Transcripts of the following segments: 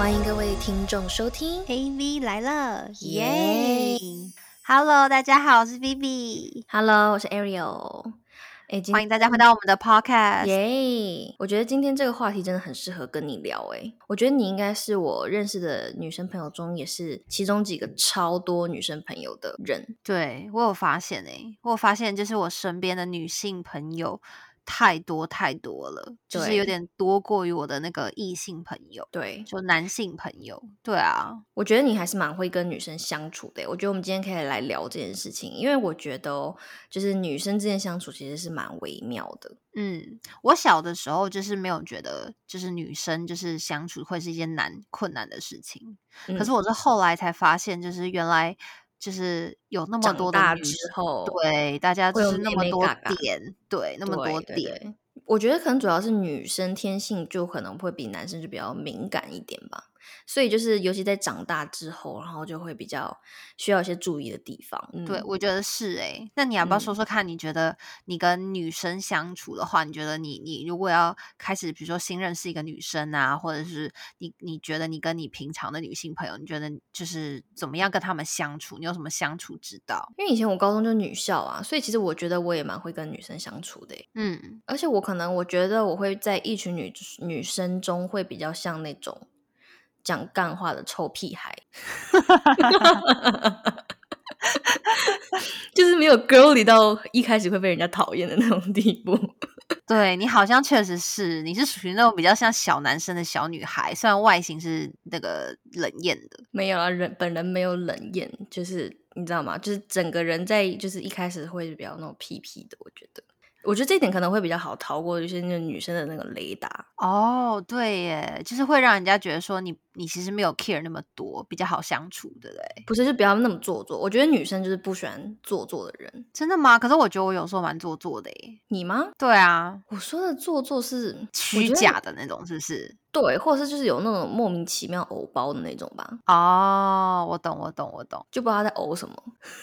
欢迎各位听众收听 AV 来了， 耶 ！Hello， 大家好，我是 Vivi， Hello， 我是 Ariel。 欢迎大家回到我们的 Podcast。 耶！我觉得今天这个话题真的很适合跟你聊我觉得你应该是我认识的女生朋友中，也是其中几个超多女生朋友的人。 对，我有发现我有发现就是我身边的女性朋友太多太多了，就是有点多过于我的那个异性朋友， 对， 就男性朋友。对啊， 我觉得你还是蛮会跟女生相处的。我觉得我们今天可以来聊这件事情，因为我觉得就是女生之间相处其实是蛮微妙的。 我小的时候就是没有觉得就是女生就是相处会是一件困难的事情，可是我是后来才发现，就是原来就是有那么多的长大之女生， 后对，大家就是会有妹那么多妹嘎嘎点，对，那么多点。 对，我觉得可能主要是女生天性就可能会比男生就比较敏感一点吧，所以就是尤其在长大之后，然后就会比较需要一些注意的地方。 对，我觉得是那你要不要说说看，你觉得你跟女生相处的话，你觉得你如果要开始比如说新认识一个女生啊，或者是你觉得你跟你平常的女性朋友，你觉得就是怎么样跟他们相处，你有什么相处之道？ 因为以前我高中就女校啊，所以其实我觉得我也蛮会跟女生相处的而且我觉得我会在一群女生中会比较像那种讲干话的臭屁孩就是没有 girly 到一开始会被人家讨厌的那种地步。 对，你好像确实是，你是属于那种比较像小男生的小女孩，虽然外形是那个冷艳的。 没有啊，本人没有冷艳，就是你知道吗？就是整个人在就是一开始会比较那种屁屁的，我觉得这一点可能会比较好逃过就是那个女生的那个雷达。 哦，对耶，就是会让人家觉得说你其实没有 care 那么多，比较好相处，对不对？ 不是，就不要那么做作。我觉得女生就是不喜欢做作的人。 真的吗？可是我觉得我有时候蛮做作的耶。 你吗？ 对啊， 我说的做作是虚假的那种，是不是？ 对，或者是就是有那种莫名其妙偶包的那种吧， 哦，我懂。 就不知道他在偶什么。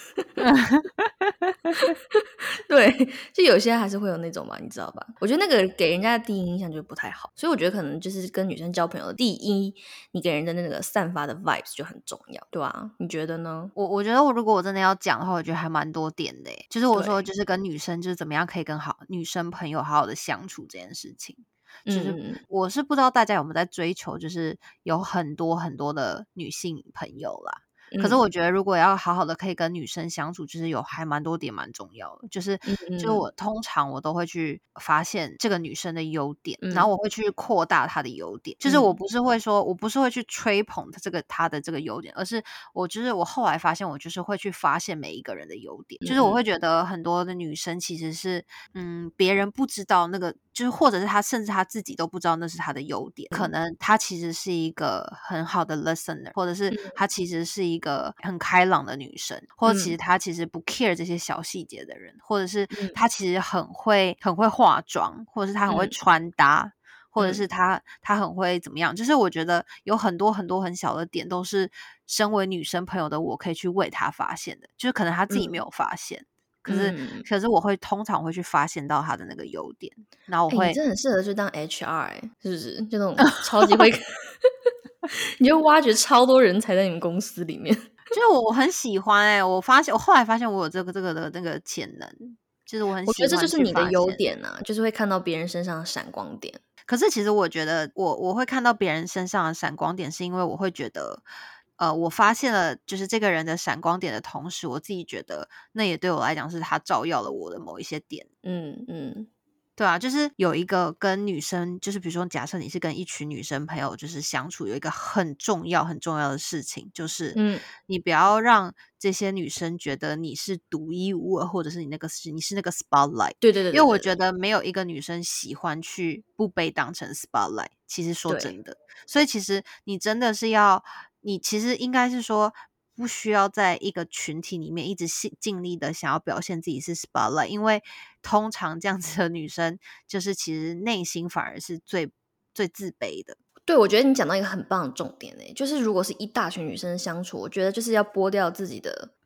对，就有些还是会有那种吧，你知道吧？我觉得那个给人家的第一印象就不太好，所以我觉得可能就是跟女生交朋友的第一，你给人的那个散发的 vibes 就很重要，对吧？你觉得呢？ 我觉得如果我真的要讲的话，我觉得还蛮多点的耶。就是我说，就是跟女生就是怎么样可以跟女生朋友好好的相处这件事情。就是我是不知道大家有没有在追求，就是有很多很多的女性朋友啦。可是我觉得如果要好好的可以跟女生相处，就是有还蛮多点蛮重要的，就是我通常我都会去发现这个女生的优点，然后我会去扩大她的优点，就是我不是会去吹捧她的这个优点，而是我后来发现我就是会去发现每一个人的优点，就是我会觉得很多的女生其实是别人不知道那个，就是或者是她甚至她自己都不知道那是她的优点，可能她其实是一个很好的 listener， 或者是她其实是一个很开朗的女生，或者其实她其实不 care 这些小细节的人，或者是她其实很会化妆，或者是她很会穿搭，或者是她很会怎么样，就是我觉得有很多很多很小的点都是身为女生朋友的我可以去为她发现的，就是可能她自己没有发现，可是我通常会去发现到她的那个优点，然后我会你真的很适合去当 HR 是不是？就那种超级会你就挖掘超多人才在你们公司里面。 就是我很喜欢我后来发现我有这个的那个潜能，就是我很喜欢， 我觉得这就是你的优点啊，就是会看到别人身上的闪光点。 可是其实我觉得我会看到别人身上的闪光点，是因为我会觉得我发现了就是这个人的闪光点的同时，我自己觉得那也对我来讲是他照耀了我的某一些点。对啊，就是有一个跟女生，就是比如说假设你是跟一群女生朋友就是相处，有一个很重要很重要的事情，就是你不要让这些女生觉得你是独一无二，或者是你是那个 spotlight。 对， 因为我觉得没有一个女生喜欢去不被当成 spotlight， 其实说真的，所以其实你真的是你其实应该是说不需要在一个群体里面一直尽力的想要表现自己是 spotlight， 因为通常这样子的女生就是其实内心反而是最自卑的。 对，我觉得你讲到一个很棒的重点就是如果是一大群女生相处，我觉得就是要剥掉自己的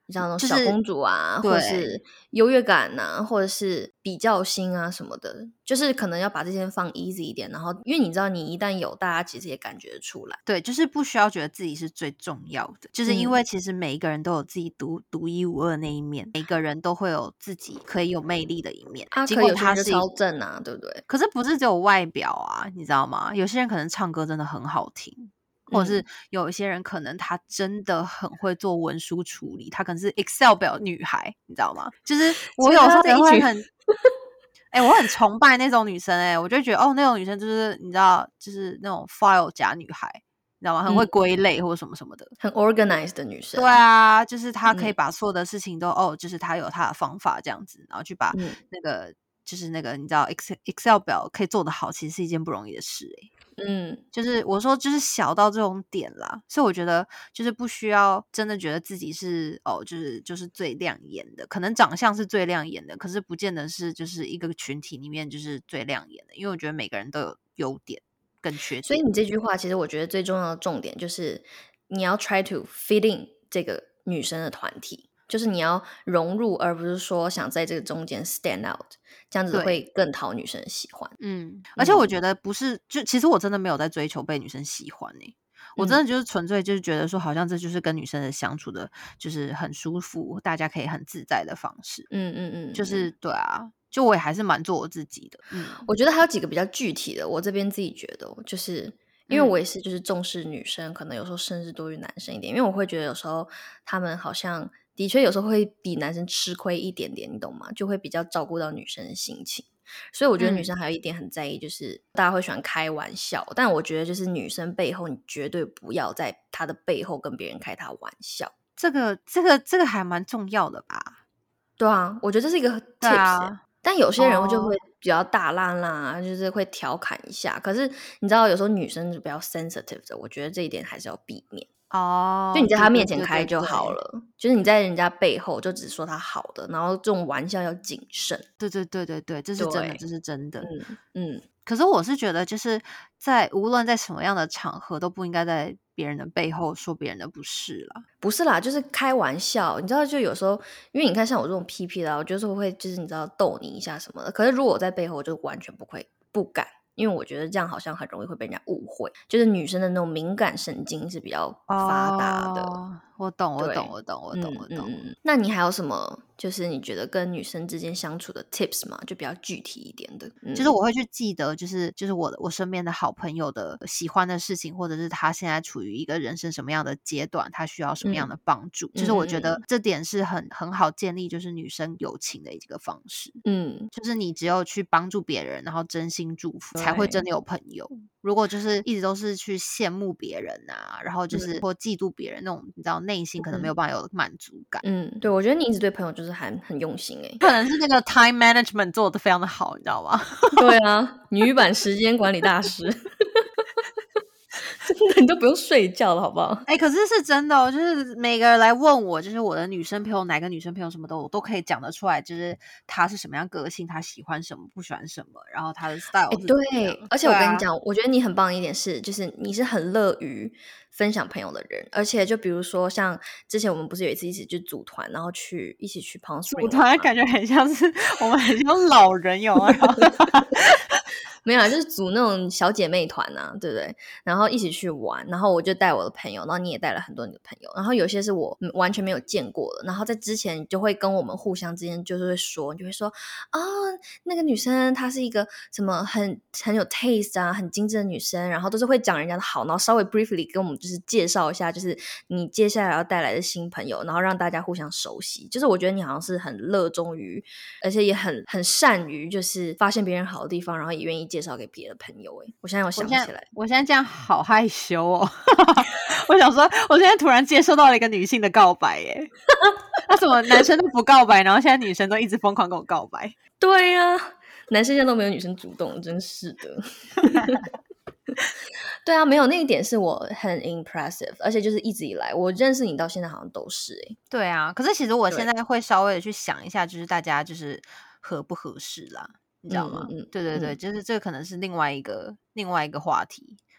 像那种小公主啊，或者是优越感啊，或者是比较心啊什么的，就是可能要把这些放 easy 一点，然后因为你知道你一旦有，大家其实也感觉得出来。 对，就是不需要觉得自己是最重要的，就是因为其实每一个人都有自己独一无二的那一面，每个人都会有自己可以有魅力的一面。 可有些人就超正啊，对不对？ 可是不是只有外表啊，你知道吗？有些人可能唱歌真的很好听，或者是有一些人可能他真的很会做文书处理，他可能是 Excel 表女孩，你知道吗？就是我有时候也会很我很崇拜那种女生我就觉得那种女生就是你知道，就是那种 file 夹女孩，你知道吗？很会归类或者什么什么的， 很 organized 的女生。 对啊，就是她可以把所有的事情都就是她有她的方法这样子，然后去把那个就是那个你知道 Excel 表可以做得好，其实是一件不容易的事就是我说就是小到这种点啦，所以我觉得就是不需要真的觉得自己是就是最亮眼的，可能长相是最亮眼的，可是不见得是就是一个群体里面就是最亮眼的，因为我觉得每个人都有优点跟缺点。 所以你这句话其实我觉得最重要的重点就是你要 try to fit in 这个女生的团体，就是你要融入，而不是说想在这个中间 stand out， 这样子会更讨女生喜欢。 而且我觉得不是，就其实我真的没有在追求被女生喜欢我真的就是纯粹就是觉得说，好像这就是跟女生的相处的，就是很舒服，大家可以很自在的方式。就是对啊，就我也还是蛮做我自己的。 我觉得还有几个比较具体的，我这边自己觉得就是因为我也是就是重视女生，可能有时候甚至多于男生一点，因为我会觉得有时候他们好像的确有时候会比男生吃亏一点点，你懂吗？就会比较照顾到女生的心情。所以我觉得女生还有一点很在意，就是大家会喜欢开玩笑，但我觉得就是女生背后你绝对不要在她的背后跟别人开她玩笑。 这个还蛮重要的吧？ 对啊，我觉得这是一个 tips但有些人就会比较大啦啦，就是会调侃一下。可是你知道，有时候女生是比较 sensitive 的，我觉得这一点还是要避免。就你在她面前开就好了，就是你在人家背后就只说她好的，然后这种玩笑要谨慎。 对，这是真的，这是真的。 嗯。 可是我是觉得，就是无论在什么样的场合，都不应该在别人的背后说别人的不是啦。 不是啦，就是开玩笑。你知道，就有时候，因为你看像我这种屁屁啦，我就是会就是你知道逗你一下什么的。可是如果我在背后，我就完全不敢，因为我觉得这样好像很容易会被人家误会。就是女生的那种敏感神经是比较发达的。 我懂。 那你还有什么就是你觉得跟女生之间相处的 tips 吗？就比较具体一点的。 就是我会去记得，就是我身边的好朋友的喜欢的事情，或者是他现在处于一个人生什么样的阶段，他需要什么样的帮助。就是我觉得这点是很好建立就是女生友情的一个方式。就是你只有去帮助别人，然后真心祝福，才会真的有朋友。如果就是一直都是去羡慕别人啊，然后就是或嫉妒别人那种，你知道内心可能没有办法有满足感。 对，我觉得你一直对朋友就是还很用心可能是那个 time management 做的非常的好，你知道吗？ 对啊，女版时间管理大师。真的，你都不用睡觉了，好不好？ 可是是真的就是每个人来问我，就是我的女生朋友，哪个女生朋友什么的，我都可以讲得出来，就是她是什么样个性，她喜欢什么，不喜欢什么，然后她的 style 是怎么样。 对，而且我跟你讲，我觉得你很棒的一点是，就是你是很乐于分享朋友的人，而且就比如说像之前我们不是有一次一起就组团，然后一起去 Palm Springs， 组团感觉很像是我们很像老人有没有？ 没有啦，就是组那种小姐妹团啊，对不对？然后一起去玩，然后我就带我的朋友，然后你也带了很多你的朋友，然后有些是我完全没有见过的，然后在之前就会跟我们互相之间就是会说，你就会说那个女生她是一个什么很有 taste 啊，很精致的女生，然后都是会讲人家的好，然后稍微 briefly 跟我们就是介绍一下，就是你接下来要带来的新朋友，然后让大家互相熟悉。就是我觉得你好像是很热衷于，而且也很善于就是发现别人好的地方，然后也愿意介绍给别的朋友。我现在有想起来， 我现在这样好害羞哦。我想说我现在突然接受到了一个女性的告白耶。那什么男生都不告白，然后现在女生都一直疯狂跟我告白。 对啊，男生现在都没有女生主动，真是的。对啊，没有，那一点是我很 impressive， 而且就是一直以来我认识你到现在好像都是对啊，可是其实我现在会稍微的去想一下，就是大家就是合不合适啦，你知道吗？对，就是这个可能是另外一个话题。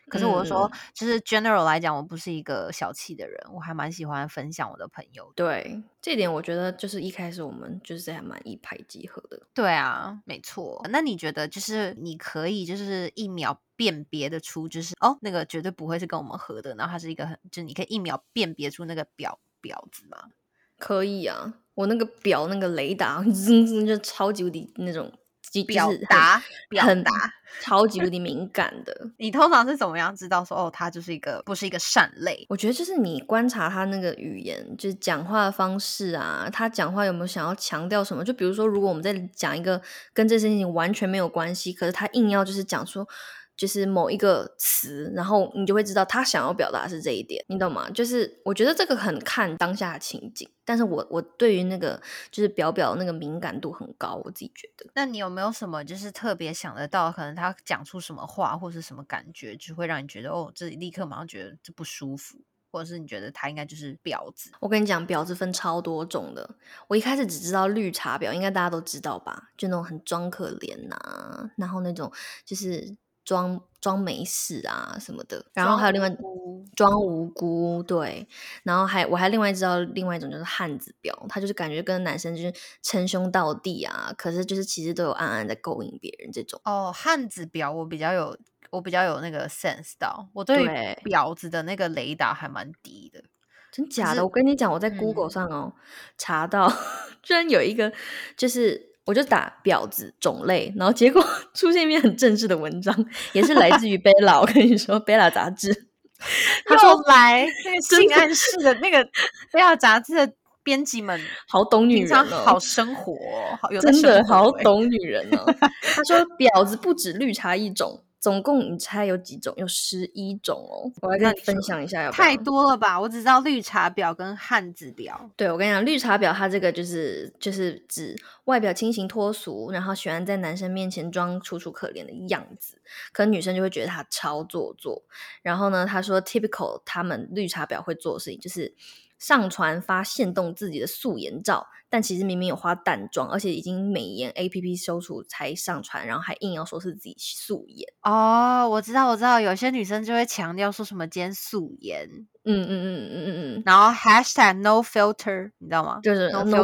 可是我说就是 general 来讲，我不是一个小气的人，我还蛮喜欢分享我的朋友的。 对，这点我觉得就是一开始我们就是还蛮一拍即合的。 对啊，没错。那你觉得就是你可以就是一秒辨别的出，就是那个绝对不会是跟我们合的，然后它是一个就是你可以一秒辨别出那个婊子吗？ 可以啊，我那个表那个雷达就超级无敌那种， 表达超级无敌敏感的。 你通常是怎么样知道说他就是不是一个善类？ 我觉得就是你观察他那个语言，就是讲话的方式啊，他讲话有没有想要强调什么？就比如说，如果我们在讲一个跟这事情完全没有关系，可是他硬要就是讲说就是某一个词，然后你就会知道他想要表达的是这一点，你懂吗？就是我觉得这个很看当下的情景，但是我对于那个就是表那个敏感度很高，我自己觉得。 那你有没有什么就是特别想得到，可能他讲出什么话或是什么感觉，就会让你觉得这立刻马上觉得这不舒服，或者是你觉得他应该就是婊子？ 我跟你讲，婊子分超多种的。我一开始只知道绿茶婊，应该大家都知道吧？就那种很装可怜啊，然后那种就是装没事啊什么的，然后还有另外装无辜，对，然后我还另外知道另外一种就是汉子婊，他就是感觉跟男生就是称兄道弟啊，可是就是其实都有暗暗在勾引别人这种。 汉子婊我比较有那个 sense 到，我对婊子的那个雷达还蛮低的。 真假的？我跟你讲，我在 Google 上查到居然有一个就是我就打婊子种类，然后结果出现一篇很正式的文章，也是来自于 Bella 我跟你说 Bella 杂志， 他说来那个性暗示的那个 Bella 杂志的编辑们好懂女人好生活真的好懂女人他说婊子不止绿茶一种，总共你猜有几种？有11种哦！我来跟你分享一下，要不要？ 太多了吧？我只知道绿茶婊跟汉子婊。 对，我跟你讲，绿茶婊它这个就是指外表清新脱俗，然后喜欢在男生面前装楚楚可怜的样子，可能女生就会觉得他超做作。然后呢，他说 typical 他们绿茶婊会做的事情就是上传发限动自己的素颜照，但其实明明有化淡妆，而且已经美颜 APP 修除才上传，然后还硬要说是自己素颜。 我知道，有些女生就会强调说什么今天素颜，然后 #no filter 你知道吗？ 就是 no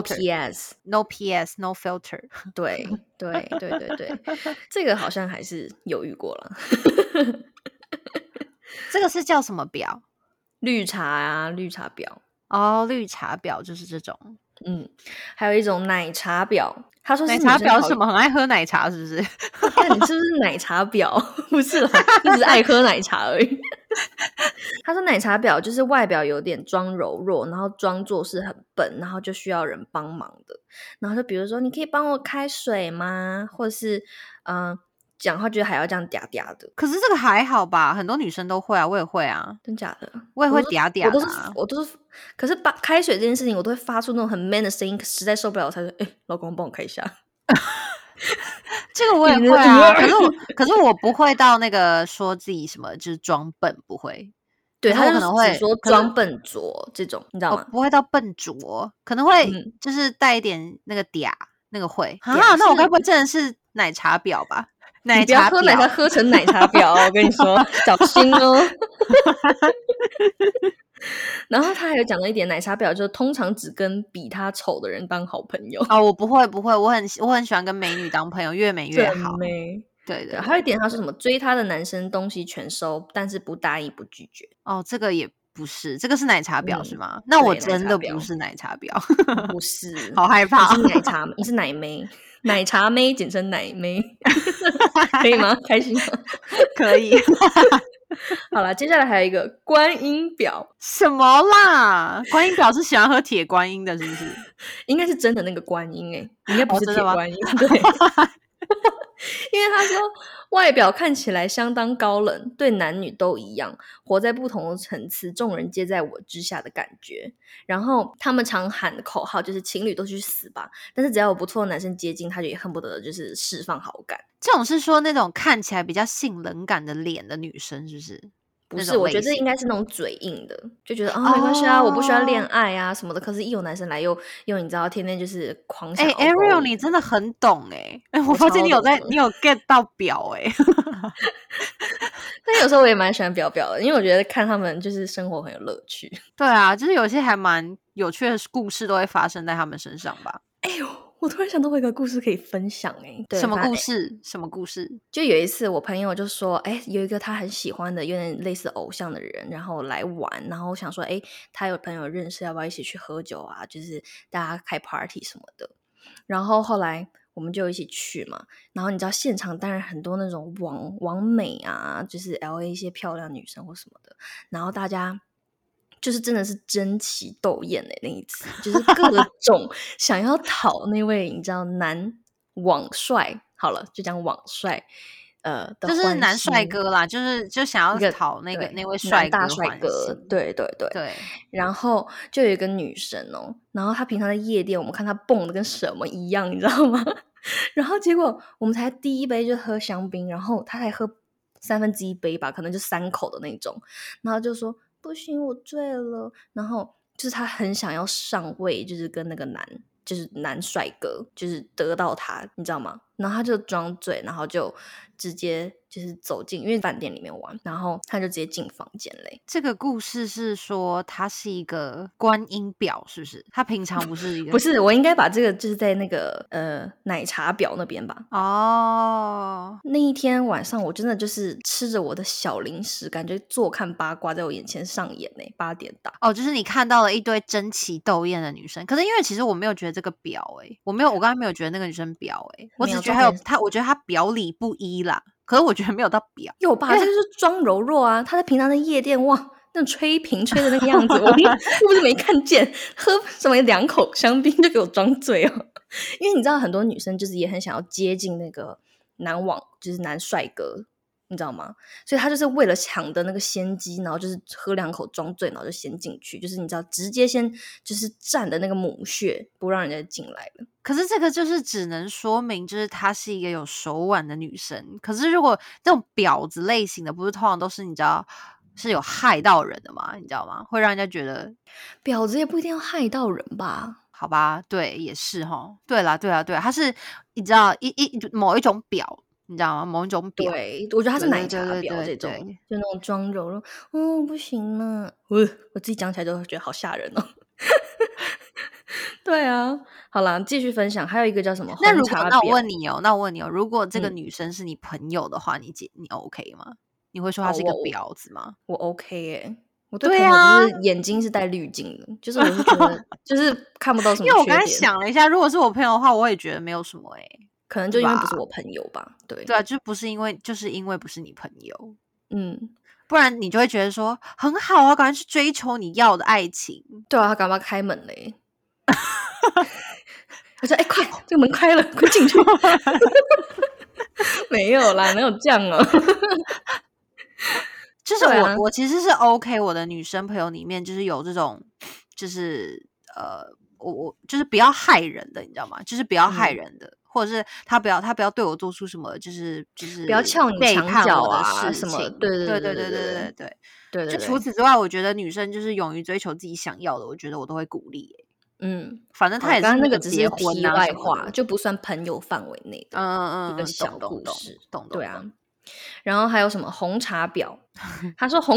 PS no filter 对，这个好像还是有遇过了。 这个是叫什么婊？ 绿茶啊，绿茶婊。 绿茶婊就是这种。 还有一种奶茶婊，他说奶茶婊是什么？很爱喝奶茶是不是？ 那你是不是奶茶婊？不是啦，你只是爱喝奶茶而已。他说奶茶婊就是外表有点装柔弱，然后装作是很笨，然后就需要人帮忙的。然后就比如说，你可以帮我开水吗？或者是讲话觉得还要这样嗲嗲的。 可是这个还好吧，很多女生都会啊，我也会啊。 真假的？ 我也会嗲嗲的我都是可是开水这件事情我都会发出那种很 man 的声音，实在受不了我才说老公帮我开一下。 这个我也会啊，可是我不会到那个说自己什么就是装笨，不会。 对，他可能会只说装笨拙这种，你知道吗？ 不会到笨拙，可能会就是带一点那个嗲，那个会那我该不会真的是奶茶婊吧？ 你不要喝奶茶喝成奶茶婊我跟你说小心哦。然后他还有讲到一点，奶茶婊就通常只跟比他丑的人当好朋友。 我不会，我很喜欢跟美女当朋友，越美越好。对， 还有一点他说什么追他的男生东西全收，但是不答应不拒绝。 这个也不是，这个是奶茶婊是吗？那我真的不是奶茶婊。 不是， 好害怕。 你是奶茶，你是奶妹，奶茶妹简称奶妹。可以吗？开心吗？ 可以。 好啦，接下来还有一个观音婊。 什么啦？观音婊是喜欢喝铁观音的是不是？ 应该是真的那个观音应该不是铁观音。对。因为他说外表看起来相当高冷，对男女都一样，活在不同的层次，众人皆在我之下的感觉。然后他们常喊的口号就是情侣都去死吧，但是只要有不错的男生接近，他就也恨不得就是释放好感。 这种是说那种看起来比较性冷感的脸的女生是不是？ 不是，我觉得应该是那种嘴硬的，就觉得没关系啊，我不需要恋爱啊什么的。可是一有男生来又你知道天天就是狂想。 Ariel 你真的很懂我发现你有 get 到表对但有时候我也蛮喜欢表表的，因为我觉得看他们就是生活很有乐趣。 对啊，就是有些还蛮有趣的故事都会发生在他们身上吧。 哎呦，我突然想到我有一个故事可以分享对， 什么故事？什么故事？ 就有一次我朋友就说，有一个他很喜欢的有点类似偶像的人，然后来玩，然后我想说，他有朋友认识，要不要一起去喝酒啊？就是大家开 party 什么的。然后后来我们就一起去嘛，然后你知道现场当然很多那种网美啊，就是 LA 一些漂亮女生或什么的，然后大家就是真的是争奇斗艳那一次，就是各种想要讨那位你知道男网帅，好了就讲网帅的就是男帅心哥啦，就想要讨那位帅大哥帅哥，对对对对。 然后就有一个女生然后她平常在夜店，我们看她蹦的跟什么一样，你知道吗？然后结果我们才第一杯就喝香槟，然后她才喝1/3杯吧，可能就3口的那种，然后就说不行，我醉了。然后就是她很想要上位，就是跟那个就是男帅哥，就是得到他，你知道吗？然后他就装醉，然后就直接就是走进，因为饭店里面玩，然后他就直接进房间嘞。 这个故事是说他是一个观音表，是不是？他平常不是一个， 不是，我应该把这个就是在那个奶茶婊那边吧。 哦， 那一天晚上我真的就是吃着我的小零食，感觉坐看八卦在我眼前上演呢。8点档哦，就是你看到了一堆争奇斗艳的女生，可是因为其实我没有觉得这个表我刚才没有觉得那个女生表我只觉得我觉得她表里不一啦，可是我觉得没有到表。 有吧？这个是装柔弱啊，她在平常的夜店哇，那种吹瓶吹的那个样子，我又不是没看见，喝什么2口香槟就给我装醉哦。因为你知道很多女生就是也很想要接近那个男网，就是男帅哥，你知道吗？所以他就是为了抢的那个先机，然后就是喝2口装醉，然后就先进去，就是你知道直接先就是占的那个母穴，不让人家进来了。 可是这个就是只能说明，就是她是一个有手腕的女生。可是如果这种婊子类型的，不是通常都是你知道是有害到人的吗？你知道吗？会让人家觉得婊子也不一定要害到人吧？ 好吧，对，也是齁。对啦，对啦，对啦，它是你知道某一种婊，你知道吗？某一种婊。 对，我觉得他是奶茶婊这种， 对， 就那种装柔弱。不行了，我自己讲起来都觉得好吓人哦。对啊，好啦，继续分享。还有一个叫什么红茶婊？ 那我问你哦，如果这个女生是你朋友的话，你 OK 吗？你会说她是一个婊子吗？ 我 OK 我对朋友就是眼睛是带滤镜的，就是我是觉得就是看不到什么缺点。 因为我刚才想了一下，如果是我朋友的话，我也觉得没有什么可能就因为不是我朋友吧。对啊，就是因为不是你朋友， 嗯， 不然你就会觉得说很好啊，赶快去追求你要的爱情。 对啊，他赶快开门嘞！我说快，这个门开了，快进去。没有啦，没有这样哦。 就是我其实是 OK， 我的女生朋友里面就是有这种，就是我就是不要害人的，你知道吗？就是不要害人的，或者是他不要对我做出什么，就是不要撬你墙角啊什么。 对。就除此之外，我觉得女生就是勇于追求自己想要的，我觉得我都会鼓励。反正他也是刚刚那个只是题外话，就不算朋友范围内的一个小故事。懂。 对啊。然后还有什么红茶婊？他说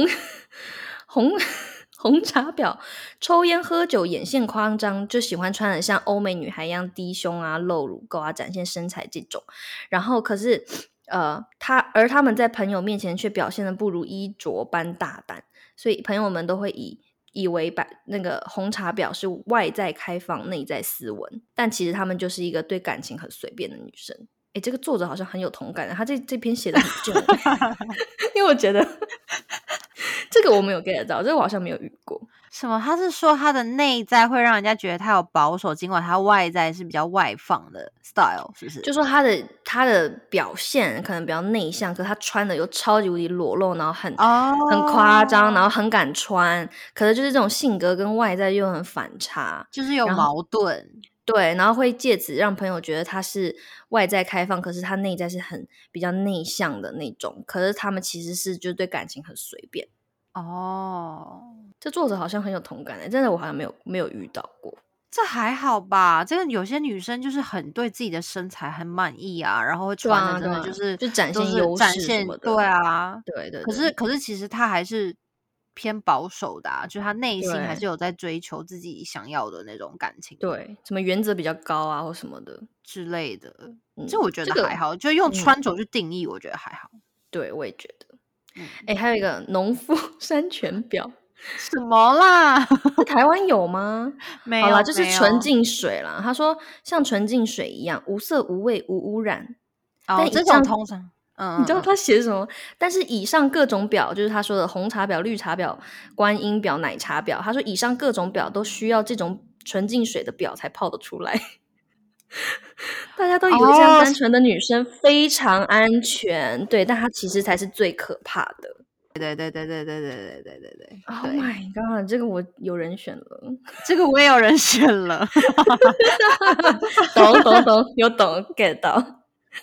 红茶婊抽烟喝酒眼线夸张，就喜欢穿得像欧美女孩一样低胸啊露乳沟啊展现身材这种。然后可是他们在朋友面前却表现得不如衣着般大胆，所以朋友们都会以为那个红茶婊是外在开放内在斯文，但其实他们就是一个对感情很随便的女生。这个作者好像很有同感，他这篇写的很重。因为我觉得这个我没有 get 到，这个我好像没有遇过。 什么？他是说他的内在会让人家觉得他有保守，尽管他外在是比较外放的 style， 是不是？ 就说他的表现可能比较内向，可是他穿的又超级无敌裸露，然后很夸张，然后很敢穿，可是就是这种性格跟外在又很反差， 就是有矛盾。 对，然后会借此让朋友觉得他是外在开放，可是他内在是比较内向的那种，可是他们其实是就对感情很随便。这作者好像很有同感真的我好像没有遇到过。 这还好吧，这个有些女生就是很对自己的身材很满意啊，然后会穿的真的就是就展都是现优展现， 势什么的。 对啊， 对对对。 可是其实她还是偏保守的啊，就她内心还是对有在追求自己想要的那种感情对，什么原则比较高啊或什么的。 之类的，这嗯， 我觉这个得还好，就用穿着去定义，我觉得还好。 对，我也觉得。 嗯， 还有一个农夫山泉表， 什么啦？ 在台湾有吗？ 没好啦， 有就是没有。 纯净水啦。他说像纯净水一样，无色无味无污染。 哦，这种但以上通常， 你知道他写什么？但是以上各种表，就是他说的红茶表、绿茶表、观音表、奶茶表，他说以上各种表都需要这种纯净水的表才泡得出来。大家都以为这样哦， 单纯的女生非常安全，对，但她其实才是最可怕的。 对对对对对对对对对对 Oh 对， my god，这个我有人选了。 这个我也有人选了。 懂，有懂 get 到。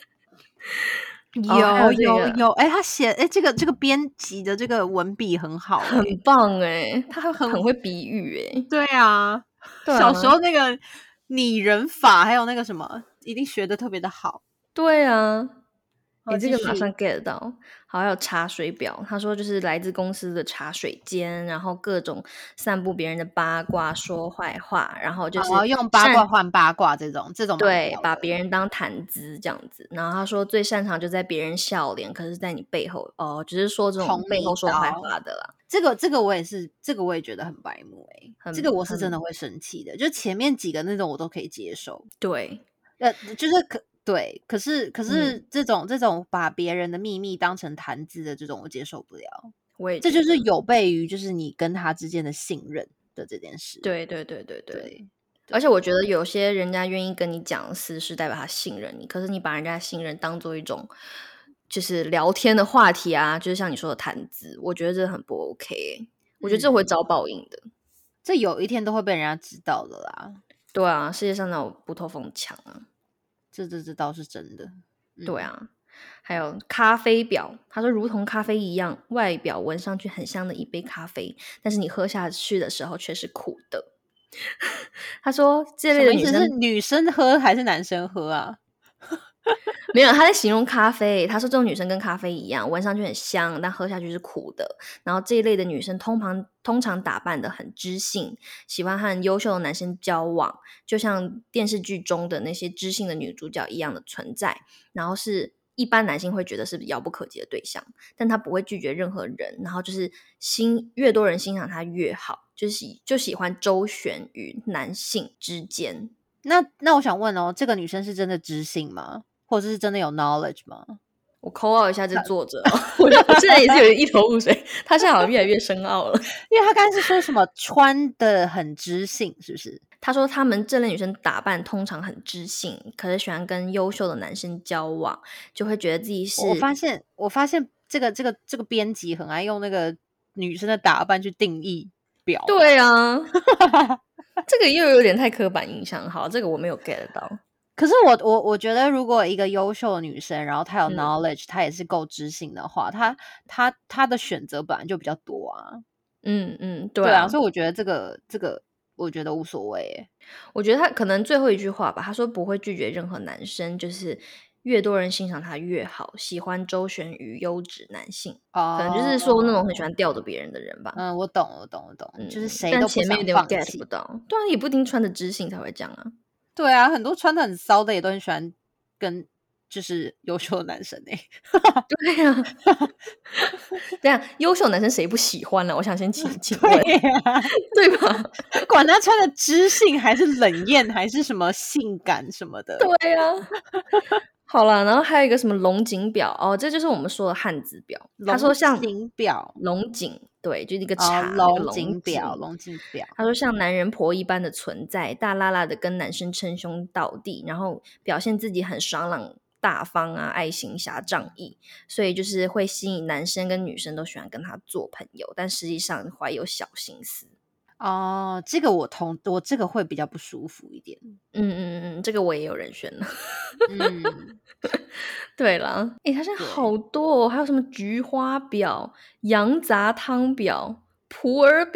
还有有这个有有，他写这个编辑的这个文笔很好很棒他很很会比喻对啊， 对啊， 小时候那个拟人法还有那个什么，一定学的特别的好。 对啊。 好， 这继续。 个马上 get 到。好，还有茶水表，他说就是来自公司的茶水间，然后各种散布别人的八卦、说坏话，然后就是用八卦换八卦这种蛮对， 屌的。 把别人当谈资这样子。然后他说最擅长就在别人笑脸，可是在你背后只是说这种捅背后说坏你一刀话的啦。 这个我也是，这个我也觉得很白目这个我是真的很会生气的。就前面几个那种我都可以接受， 对， 就是对，可是这种把别人的秘密当成谈资的这种我接受不了。 我也这就是觉得有悖于就是你跟他之间的信任的这件事。 对。 对， 而且我觉得有些人家愿意跟你讲私事，代表他信任你。可是你把人家的信任当做一种就是聊天的话题啊，就是像你说的谈资，我觉得这很不 OK。我觉得这会遭报应的。 这有一天都会被人家知道的啦。 对啊，世界上哪有不透风的墙啊？ 这倒是真的。 对啊。还有咖啡表，他说如同咖啡一样，外表闻上去很香的一杯咖啡，但是你喝下去的时候却是苦的。他说这类的女生是女生喝还是男生喝啊？ 没有，他在形容咖啡。他说这种女生跟咖啡一样，闻上去很香，但喝下去是苦的。然后这一类的女生通常打扮的很知性，喜欢和优秀的男生交往，就像电视剧中的那些知性的女主角一样的存在。然后是一般男性会觉得是遥不可及的对象，但他不会拒绝任何人。然后就是越多人欣赏他越好，就喜欢周旋于男性之间。 那我想问这个女生是真的知性吗？或者是真的有 knowledge 吗？ 我call out一下这作者我现在也是有一头雾水，他现在好像越来越深奥了。 因为他刚才是说什么穿的很知性，是不是？ 他说他们这类女生打扮通常很知性，可是喜欢跟优秀的男生交往，就会觉得自己是…… 我发现这个编辑很爱用那个女生的打扮去定义表。 对啊，这个又有点太刻板印象。好，这个我没有 get 到。 可是我觉得，如果一个优秀的女生，然后她有 knowledge，她也是够知性的话，她的选择本来就比较多啊。对啊，所以我觉得这个我觉得无所谓我觉得他可能最后一句话吧，他说不会拒绝任何男生，就是越多人欣赏他越好，喜欢周旋于优质男性。可能就是说那种很喜欢吊着别人的人吧。 我懂，就是谁都不但前面有点想放 get 弃。 不到。对啊，也不一定穿的知性才会这样啊。 对啊，很多穿的很骚的也都很喜欢跟就是优秀的男生对啊，对啊，优秀男生谁不喜欢呢？我想先请问，对吧？ 管他穿的知性还是冷艳还是什么性感什么的。 对啊。好了，然后还有一个什么龙井表这就是我们说的汉字表。他说像龙井表， 龙井，对，就是一个茶， 龙井表，龙井表。 他说像男人婆一般的存在，大剌剌的跟男生称兄道弟，然后表现自己很爽朗大方啊，爱行侠仗义，所以就是会吸引男生跟女生都喜欢跟他做朋友，但实际上怀有小心思。 这个我这个会比较不舒服一点。 这个我也有人选了。对了，他现在好多还有什么菊花表、羊杂汤表、普洱表。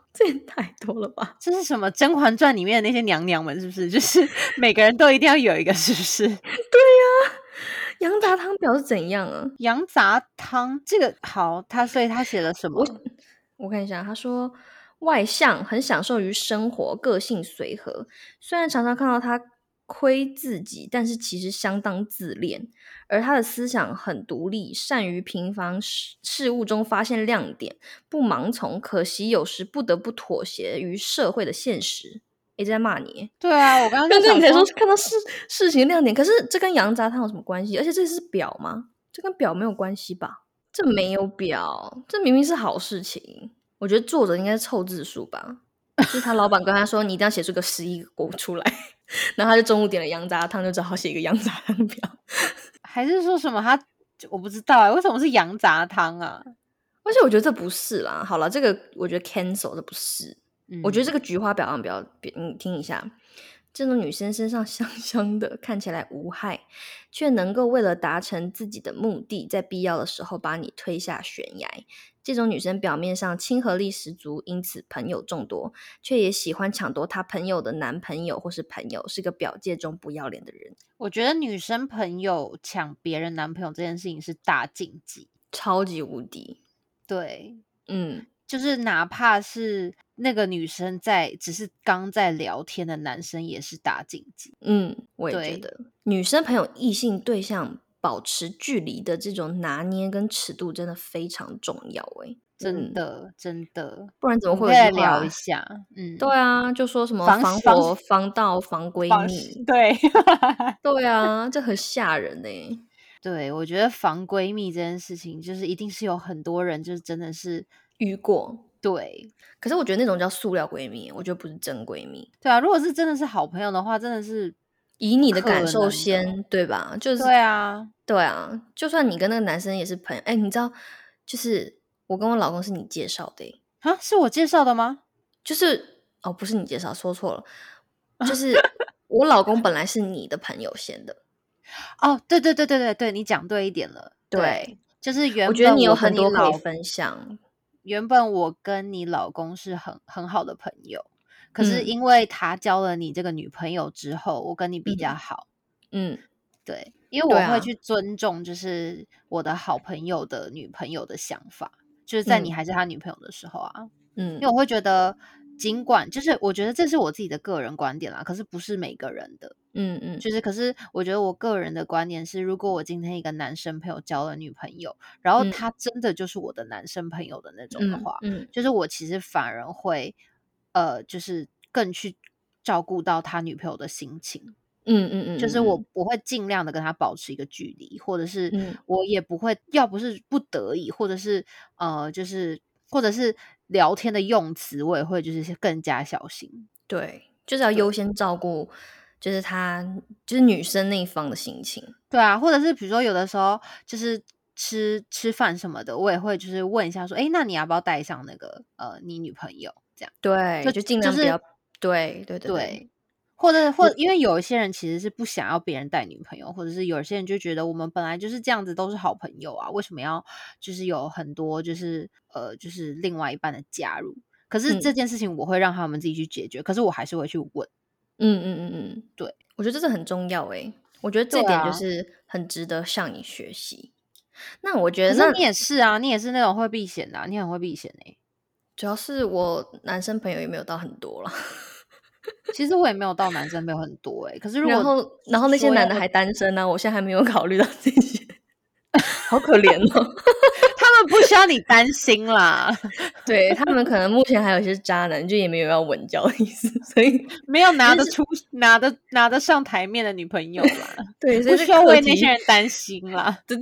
这也太多了吧？ 这是什么《甄嬛传》里面的那些娘娘们是不是？就是每个人都一定要有一个，是不是？对呀，羊杂汤表是怎样啊？ 羊杂汤这个好，所以他写了什么？ 我看一下，他说外向，很享受于生活，个性随和。虽然常常看到他亏自己，但是其实相当自恋。而他的思想很独立，善于平凡事物中发现亮点，不盲从。可惜有时不得不妥协于社会的现实。诶，在骂你。 对啊，我刚刚就想你才说看到事情亮点，可是这跟羊杂汤有什么关系？而且这是表吗？这跟表没有关系吧？这没有表，这明明是好事情。我觉得作者应该是凑字数吧，就是他老板跟他说你一定要写出个11个国出来，然后他就中午点了羊杂汤，就只好写一个羊杂汤表。 还是说什么我不知道为什么是羊杂汤啊？ 而且我觉得这不是啦。好了，这个我觉得 cancel 这不是。我觉得这个菊花表上你听一下。这种女生身上香香的，看起来无害，却能够为了达成自己的目的，在必要的时候把你推下悬崖。这种女生表面上亲和力十足，因此朋友众多，却也喜欢抢夺她朋友的男朋友或是朋友，是个表界中不要脸的人。 我觉得女生朋友抢别人男朋友这件事情是大禁忌， 超级无敌。 对，就是哪怕是那个女生只是刚在聊天的男生也是大禁忌。 我也觉得女生朋友异性对象保持距离的这种拿捏跟尺度真的非常重要真的真的， 不然怎么会有再聊一下？ 对啊，就说什么防火防盗防闺蜜， 对对啊，这很吓人对，我觉得防闺蜜这件事情就是一定是有很多人就是真的是遇过。 对， 可是我觉得那种叫塑料闺蜜，我觉得不是真闺蜜。 对啊，如果是真的是好朋友的话，真的是以你的感受先，对吧？就是对啊， 就算你跟那个男生也是朋友，你知道，就是我跟我老公是你介绍的啊，是我介绍的吗？ 就是不是你介绍，说错了，就是我老公本来是你的朋友先的。 哦，对，你讲对一点了。对，就是我觉得你有很多可以分享。 原本我跟你老公是很好的朋友，可是因为他交了你这个女朋友之后，我跟你比较好。对，因为我会去尊重就是我的好朋友的女朋友的想法，就是在你还是他女朋友的时候啊。因为我会觉得尽管就是我觉得这是我自己的个人观点啦，可是不是每个人的。就是可是我觉得我个人的观点是，如果我今天一个男生朋友交了女朋友，然后他真的就是我的男生朋友的那种的话，就是我其实反而会就是更去照顾到他女朋友的心情。就是我会尽量的跟他保持一个距离，或者是我也不会，要不是不得已，或者是就是或者是聊天的用词，我也会就是更加小心。 对，就是要优先照顾就是就是女生那一方的心情。 对啊，或者是比如说有的时候就是吃饭什么的，我也会就是问一下说，那你要不要带上那个你女朋友这样？ 对，就尽量不要对。 或者因为有一些人其实是不想要别人带女朋友，或者是有些人就觉得我们本来就是这样子都是好朋友啊，为什么要就是有很多就是就是另外一半的加入？可是这件事情我会让他们自己去解决，可是我还是会去问。对， 我觉得这是很重要我觉得这点就是很值得向你学习。那我觉得可是你也是啊，你也是那种会避嫌的你很会避嫌主要是我男生朋友也没有到很多啦。 其实我也没有到男生朋友很多可是如果然后那些男的还单身呢，我现在还没有考虑到这些，好可怜他们不需要你担心啦。 对，他们可能目前还有一些渣男，就也没有要稳交的意思，所以没有拿得上台面的女朋友啦。 对，所以不需要为那些人担心啦。 对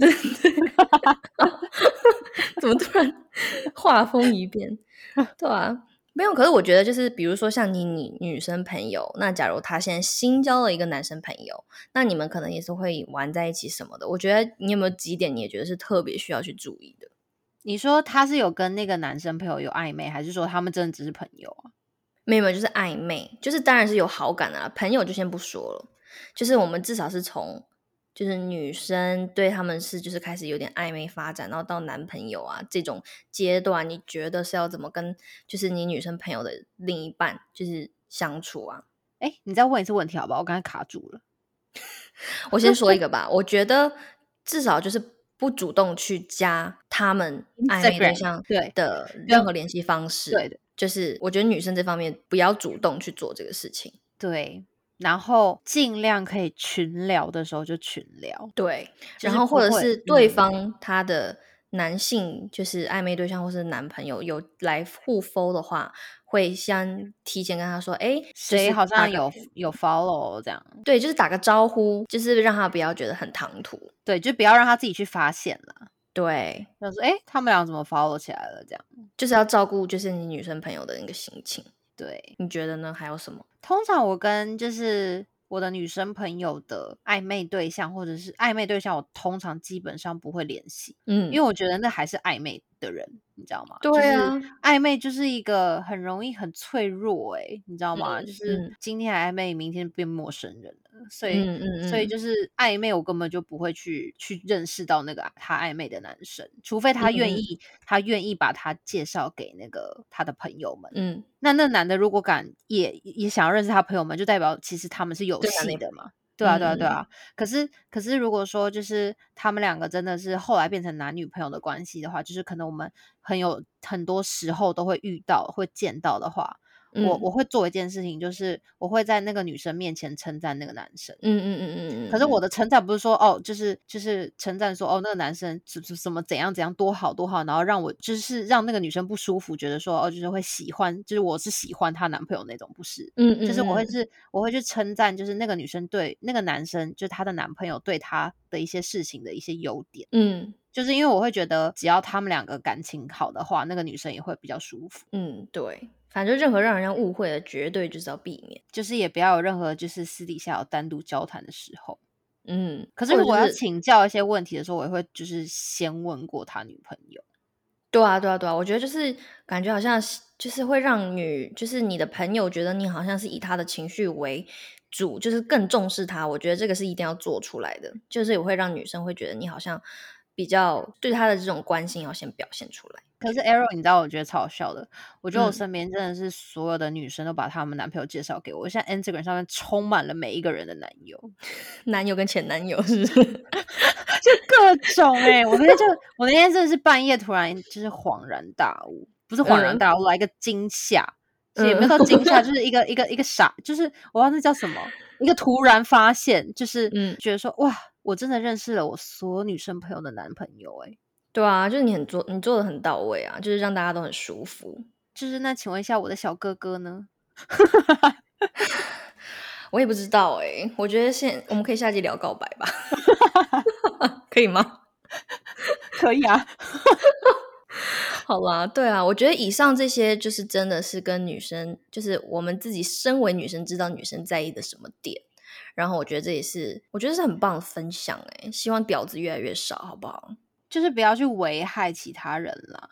怎么突然画风一变？对啊，没有。可是我觉得就是比如说像你女生朋友，那假如她现在新交了一个男生朋友，那你们可能也是会玩在一起什么的。我觉得你有没有几点你也觉得是特别需要去注意的？ 你说他是有跟那个男生朋友有暧昧，还是说他们真的只是朋友啊？ 没有，就是暧昧，就是当然是有好感的啦。朋友就先不说了，就是我们至少是从就是女生对他们是就是开始有点暧昧发展，然后到男朋友啊这种阶段，你觉得是要怎么跟就是你女生朋友的另一半就是相处啊？ 你再问一次问题好不好？我刚才卡住了。 我先说一个吧，我觉得至少就是不主动去加他们暧昧对象的任何联系方式。 对的， 就是我觉得女生这方面不要主动去做这个事情。 对，然后尽量可以群聊的时候就群聊。 对， 就是然后或者是对方他的男性就是暧昧对象或是男朋友有来互 follow 的话，会先提前跟他说， 谁好像有 follow 这样。 对，就是打个招呼，就是让他不要觉得很唐突。 对，就不要让他自己去发现啦。 对， 就说他们俩怎么 follow 起来了这样。 就是要照顾就是你女生朋友的那个心情。 对， 你觉得呢？还有什么？ 通常我跟就是我的女生朋友的暧昧对象或者是暧昧对象，我通常基本上不会联系。因为我觉得那还是暧昧的人，你知道吗？ 对啊， 就是暧昧就是一个很容易很脆弱你知道吗？就是今天还暧昧，明天变陌生人了。所以就是暧昧，我根本就不会去认识到那个他暧昧的男生，除非他愿意把他介绍给那个他的朋友们。那男的如果敢也想要认识他朋友们，就代表其实他们是有戏的嘛。对啊。可是如果说就是他们两个真的是后来变成男女朋友的关系的话，就是可能我们很多时候都会遇到会见到的话，我会做一件事情，就是我会在那个女生面前称赞那个男生。可是我的称赞不是说就是称赞说那个男生什么怎样多好多好，然后让我就是让那个女生不舒服，觉得说就是会喜欢，就是我是喜欢她男朋友那种，不是。就是我会去称赞，就是那个女生对那个男生，就是她的男朋友对她的一些事情的一些优点。就是因为我会觉得只要他们两个感情好的话，那个女生也会比较舒服。 对，反正任何让人家误会的绝对就是要避免， 就是也不要有任何就是私底下有单独交谈的时候。可是如果要请教一些问题的时候，我也会就是先问过他女朋友。 对啊，我觉得就是感觉好像就是会让就是你的朋友觉得你好像是以他的情绪为主，就是更重视他。我觉得这个是一定要做出来的，就是也会让女生会觉得你好像比较对他的这种关心要先表现出来。 可是 Arrow 你知道我觉得超好笑的，我觉得我身边真的是所有的女生都把她们男朋友介绍给我，现在 Instagram 上面充满了每一个人的男友跟前男友是不是就各种我那天真的是半夜突然就是恍然大悟，不是恍然大悟，来一个惊吓，其实也没有到惊吓，就是一个傻，就是我不知道那叫什么，一个突然发现，就是觉得说哇，我真的认识了我所有女生朋友的男朋友对啊，就是你做的很到位啊，就是让大家都很舒服。 就是那请问一下我的小哥哥呢？ 我也不知道我觉得我们可以下集聊告白吧可以吗？ 可以啊好啦，对啊，我觉得以上这些就是真的是跟女生，就是我们自己身为女生知道女生在意的什么点，然后我觉得这也是我觉得是很棒的分享希望婊子越来越少好不好？ 就是不要去危害其他人啦。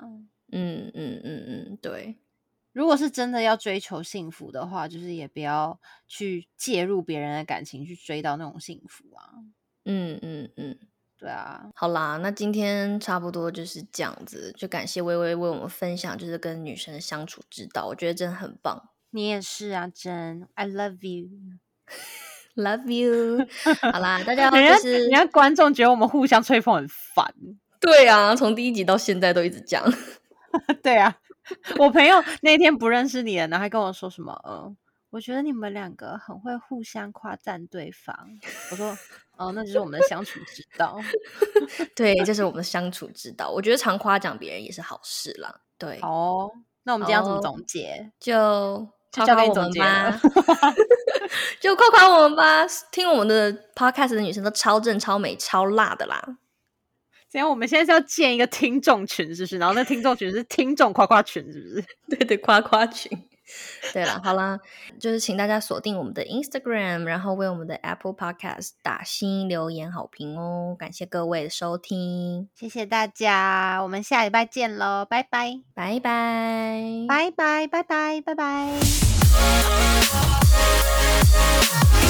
对。 如果是真的要追求幸福的话，就是也不要去介入别人的感情去追到那种幸福啊。对啊。 好啦，那今天差不多就是这样子，就感谢薇薇为我们分享就是跟女生的相处之道，我觉得真的很棒。 你也是啊，真 I love you love you 好啦，大家就是人家观众觉得我们互相吹捧很烦。 对啊，从第一集到现在都一直讲对啊，我朋友那天不认识你了，然后还跟我说什么我觉得你们两个很会互相夸赞对方。我说那就是我们的相处之道对，这是我们的相处之道，我觉得常夸奖别人也是好事啦。对， 好那我们今天要怎么总结？ 就交给你总结了就夸夸我们吧，听我们的 podcast 的女生都超正超美超辣的啦。 怎样？我们现在是要建一个听众群是不是？然后那听众群是听众夸夸群是不是？ 对，夸夸群。对了，好啦，就是请大家锁定我们的 Instagram， 然后为我们的 Apple Podcast 打星留言好评哦。感谢各位的收听， 谢谢大家，我们下礼拜见咯，拜拜拜拜拜拜拜拜拜拜。